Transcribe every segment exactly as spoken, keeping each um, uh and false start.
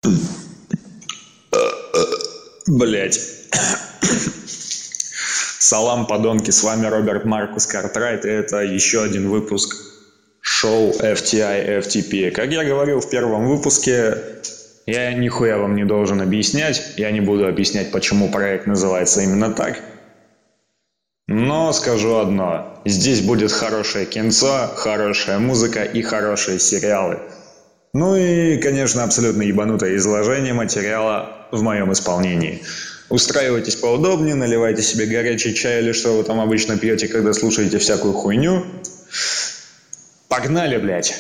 Блять. Салам, подонки, с вами Роберт Маркус Картрайт, и это еще один выпуск шоу эф ти ай эф ти пи. Как я говорил в первом выпуске, я нихуя вам не должен объяснять, я не буду объяснять, почему проект называется именно так. Но скажу одно, здесь будет хорошее кинцо, хорошая музыка и хорошие сериалы. Ну и, конечно, абсолютно ебанутое изложение материала в моем исполнении. Устраивайтесь поудобнее, наливайте себе горячий чай или что вы там обычно пьете, когда слушаете всякую хуйню. Погнали, блядь!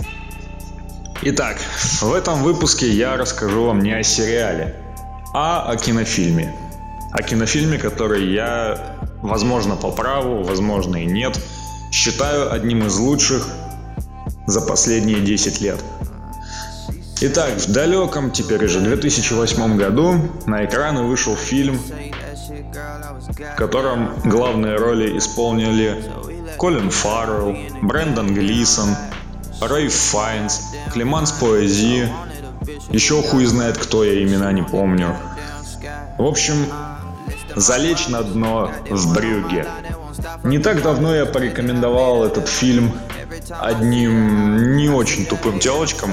Итак, в этом выпуске я расскажу вам не о сериале, а о кинофильме. О кинофильме, который я, возможно, по праву, возможно и нет, считаю одним из лучших за последние десять лет. Итак, в далеком, теперь уже две тысячи восьмом году на экраны вышел фильм, в котором главные роли исполнили Колин Фаррелл, Брэндон Глисон, Рэйф Файнс, Клеманс Поэзи, еще хуй знает кто, я имена не помню. В общем, залечь на дно в Брюгге. Не так давно я порекомендовал этот фильм одним не очень тупым телочкам,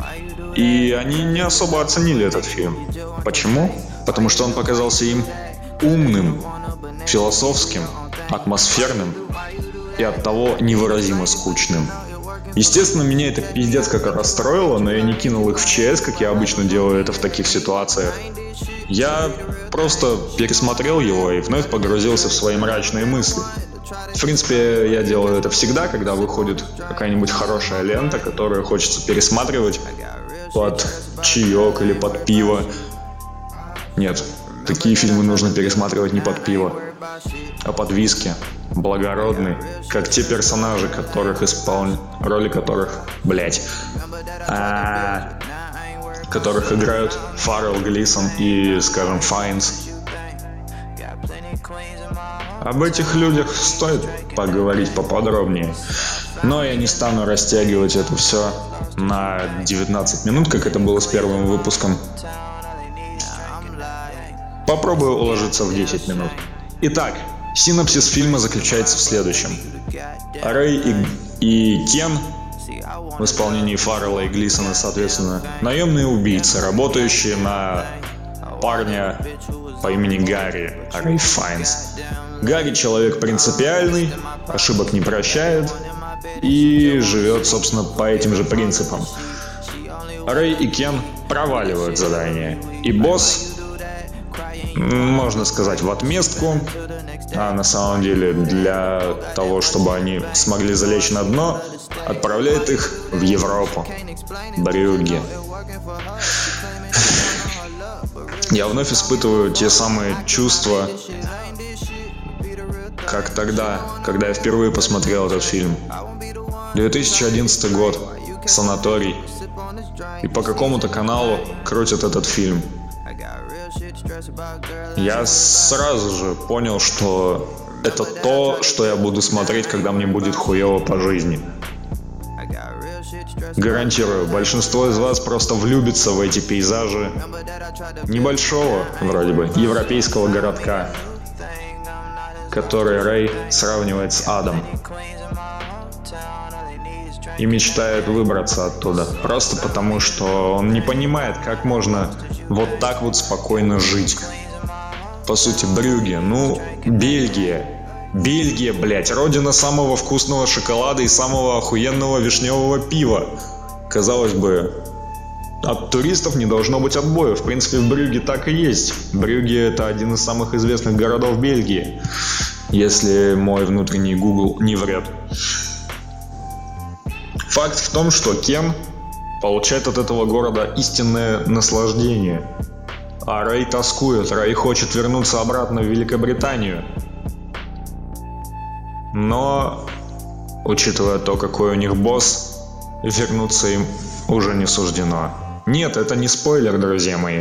и они не особо оценили этот фильм. Почему? Потому что он показался им умным, философским, атмосферным и оттого невыразимо скучным. Естественно, меня это пиздец как расстроило, но я не кинул их в ЧС, как я обычно делаю это в таких ситуациях. Я просто пересмотрел его и вновь погрузился в свои мрачные мысли. В принципе, я делаю это всегда, когда выходит какая-нибудь хорошая лента, которую хочется пересматривать под чаек или под пиво. Нет, такие фильмы нужно пересматривать не под пиво, а под виски. Благородный, как те персонажи, которых исполняют, роли которых, блять, а, которых играют Фаррелл, Глисон и, скажем, Файнс. Об этих людях стоит поговорить поподробнее, но я не стану растягивать это все на девятнадцать минут, как это было с первым выпуском. Попробую уложиться в десять минут. Итак, синопсис фильма заключается в следующем. Рэй и, и Кен, в исполнении Фаррелла и Глисона, соответственно, наемные убийцы, работающие на парня по имени Гарри, Рэй Файнс. Гарри человек принципиальный, ошибок не прощает и живет, собственно, по этим же принципам. Рэй и Кен проваливают задание, и босс, можно сказать, в отместку, а на самом деле для того, чтобы они смогли залечь на дно, отправляет их в Европу, Брюгге. Я вновь испытываю те самые чувства, как тогда, когда я впервые посмотрел этот фильм. две тысячи одиннадцатый год, санаторий, и по какому-то каналу крутят этот фильм. Я сразу же понял, что это то, что я буду смотреть, когда мне будет хуево по жизни. Гарантирую, большинство из вас просто влюбится в эти пейзажи небольшого, вроде бы, европейского городка, который Рэй сравнивает с адом, и мечтает выбраться оттуда, просто потому что он не понимает, как можно вот так вот спокойно жить. По сути, Брюгге, ну, Бельгия. Бельгия, блять, родина самого вкусного шоколада и самого охуенного вишневого пива. Казалось бы, от туристов не должно быть отбоя. В принципе, в Брюгге так и есть. Брюгге — это один из самых известных городов Бельгии, если мой внутренний Google не врет. Факт в том, что Кен получает от этого города истинное наслаждение. А Рэй тоскует, Рэй хочет вернуться обратно в Великобританию. Но, учитывая то, какой у них босс, вернуться им уже не суждено. Нет, это не спойлер, друзья мои.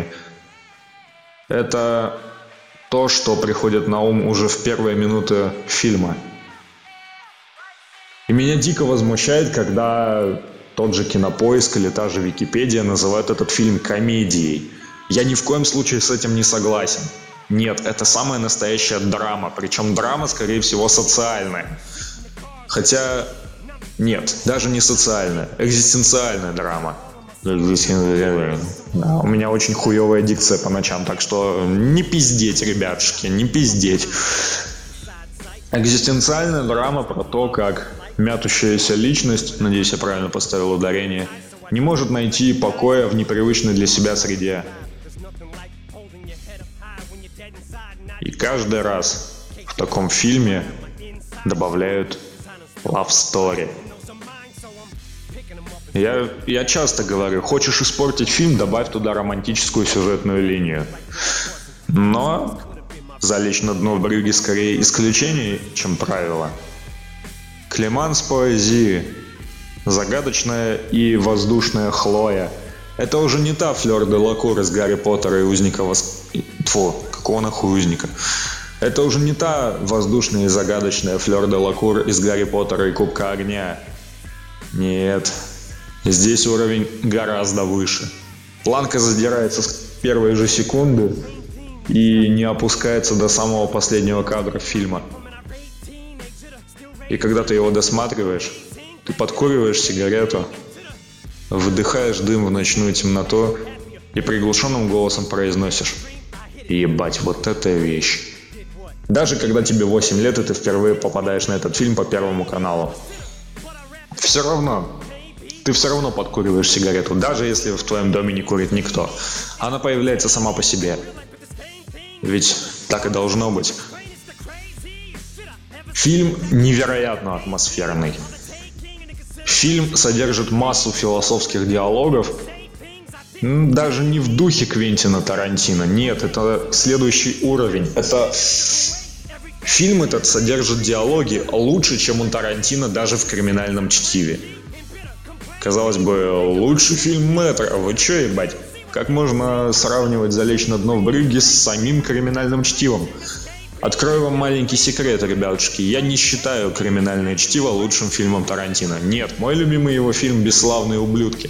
Это то, что приходит на ум уже в первые минуты фильма. И меня дико возмущает, когда тот же Кинопоиск или та же Википедия называют этот фильм комедией. Я ни в коем случае с этим не согласен. Нет, это самая настоящая драма, причем драма, скорее всего, социальная. Хотя, нет, даже не социальная, экзистенциальная драма. Да, у меня очень хуевая дикция по ночам, так что не пиздеть, ребятушки, не пиздеть. Экзистенциальная драма про то, как мятущаяся личность, надеюсь, я правильно поставил ударение, не может найти покоя в непривычной для себя среде. И каждый раз в таком фильме добавляют love story. Я, я часто говорю, хочешь испортить фильм, добавь туда романтическую сюжетную линию. Но залечь на дно в брюге скорее исключение, чем правило. Клеманс поэзии, загадочная и воздушная Хлоя. Это уже не та Флёр де Лакур из Гарри Поттера и Узника Вос... Тьфу, какого нахуй Узника? Это уже не та воздушная и загадочная Флёр де Лакур из Гарри Поттера и Кубка Огня. Нет, здесь уровень гораздо выше. Планка задирается с первой же секунды и не опускается до самого последнего кадра фильма. И когда ты его досматриваешь, ты подкуриваешь сигарету, выдыхаешь дым в ночную темноту и приглушенным голосом произносишь: «Ебать, вот это вещь». Даже когда тебе восемь лет, и ты впервые попадаешь на этот фильм по Первому каналу. Все равно, ты все равно подкуриваешь сигарету, даже если в твоем доме не курит никто. Она появляется сама по себе. Ведь так и должно быть. Фильм невероятно атмосферный. Фильм содержит массу философских диалогов, даже не в духе Квентина Тарантино. Нет, это следующий уровень. Это фильм этот содержит диалоги лучше, чем у Тарантино даже в «Криминальном чтиве». Казалось бы, лучший фильм Мэтра. Вы чё, ебать? Как можно сравнивать «Залечь на дно в брюге» с самим «Криминальным чтивом»? Открою вам маленький секрет, ребятушки. Я не считаю «Криминальное чтиво» лучшим фильмом Тарантино. Нет, мой любимый его фильм «Бесславные ублюдки».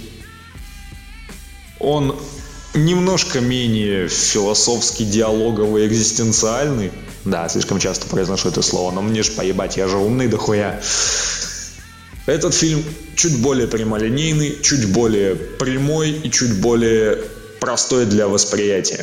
Он немножко менее философский, диалоговый, экзистенциальный. Да, слишком часто произношу это слово, но мне ж поебать, я же умный дохуя. Этот фильм чуть более прямолинейный, чуть более прямой и чуть более простой для восприятия.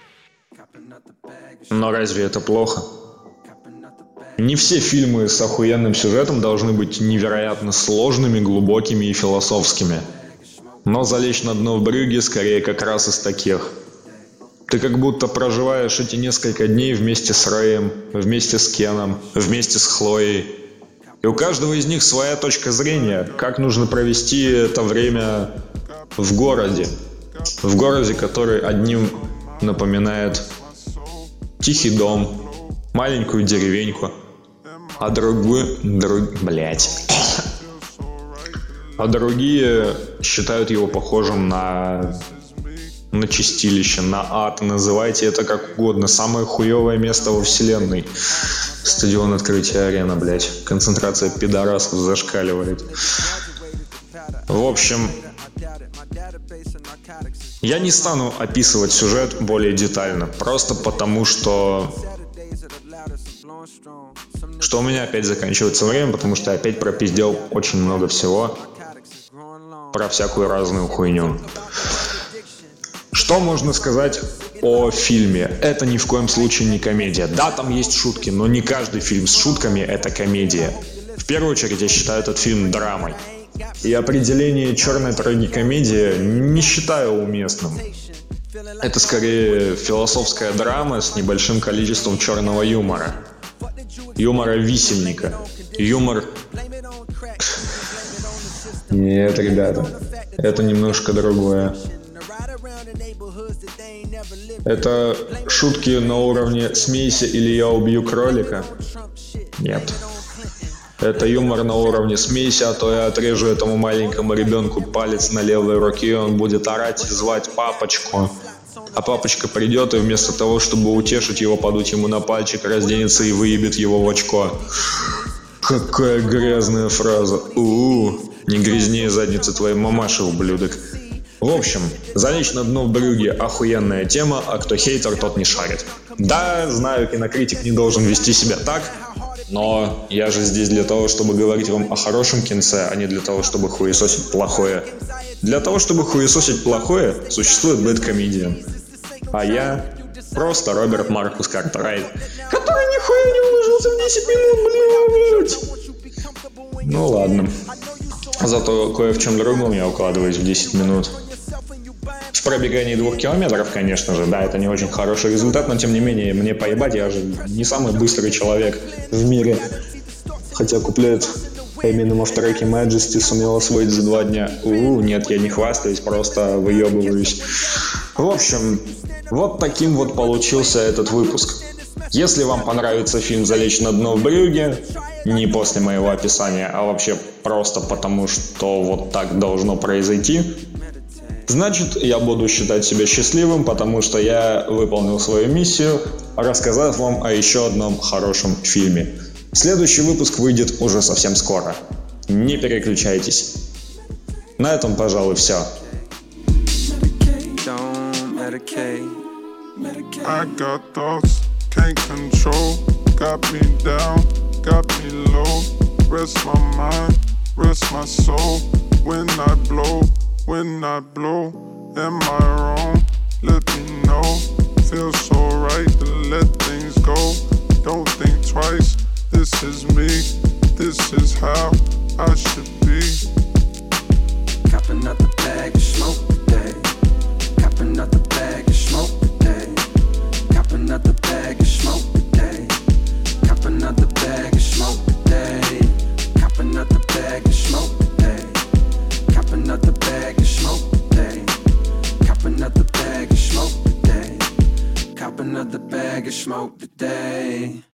Но разве это плохо? Не все фильмы с охуенным сюжетом должны быть невероятно сложными, глубокими и философскими. Но «Залечь на дно в брюге» скорее как раз из таких. Ты как будто проживаешь эти несколько дней вместе с Рэем, вместе с Кеном, вместе с Хлоей. И у каждого из них своя точка зрения, как нужно провести это время в городе. В городе, который одним напоминает тихий дом, маленькую деревеньку, а другую... Друг... Блять. А другие считают его похожим на... на чистилище, на ад. Называйте это как угодно. Самое хуевое место во вселенной. Стадион Открытия Арена, блять. Концентрация пидорасов зашкаливает. В общем, я не стану описывать сюжет более детально. Просто потому, что... Что у меня опять заканчивается время, потому что я опять пропиздел очень много всего. Про всякую разную хуйню. Что можно сказать о фильме? Это ни в коем случае не комедия. Да, там есть шутки, но не каждый фильм с шутками — это комедия. В первую очередь я считаю этот фильм драмой. И определение черной трагикомедии не считаю уместным. Это скорее философская драма с небольшим количеством черного юмора. Юмора висельника. Юмор... Нет, ребята, это немножко другое. Это шутки на уровне «смейся или я убью кролика». Нет. Это юмор на уровне «смейся, а то я отрежу этому маленькому ребенку палец на левой руке, и он будет орать и звать папочку. А папочка придет и вместо того, чтобы утешить его, подуть ему на пальчик, разденется и выебет его в очко». Какая грязная фраза. У-у-у. Не грязнее задницы твоей мамаши, ублюдок. В общем, «Залечь на дно в брюгге» — охуенная тема, а кто хейтер, тот не шарит. Да, знаю, кинокритик не должен вести себя так, но я же здесь для того, чтобы говорить вам о хорошем кинце, а не для того, чтобы хуесосить плохое. Для того, чтобы хуесосить плохое, существует Бэдкомедиан. А я просто Роберт Маркус Картрайт, который нихуя не уложился в десять минут, блядь. Ну ладно. Зато кое в чем другом я укладываюсь в десять минут. В пробегании двух километров, конечно же, да, это не очень хороший результат, но тем не менее, мне поебать, я же не самый быстрый человек в мире. Хотя куплет Эминема в треке Majesty сумел освоить за два дня. У, нет, я не хвастаюсь, просто выебываюсь. В общем, вот таким вот получился этот выпуск. Если вам понравится фильм «Залечь на дно в брюгге», не после моего описания, а вообще просто потому, что вот так должно произойти, значит, я буду считать себя счастливым, потому что я выполнил свою миссию, рассказав вам о еще одном хорошем фильме. Следующий выпуск выйдет уже совсем скоро. Не переключайтесь. На этом, пожалуй, все. I got thoughts, can't control, got me down, got me low, rest my mind, rest my soul, when I blow, when I blow, am I wrong, let me know, feels so right to let things go, don't think twice, this is me, this is how I should be. Cop another bag of smoke today, cop another bag of smoke today, cop another bag of smoke today, cop another bag of smoke today, cop another bag of smoke today, cop another bag of smoke today, cop another bag of smoke today, cop another bag of smoke today.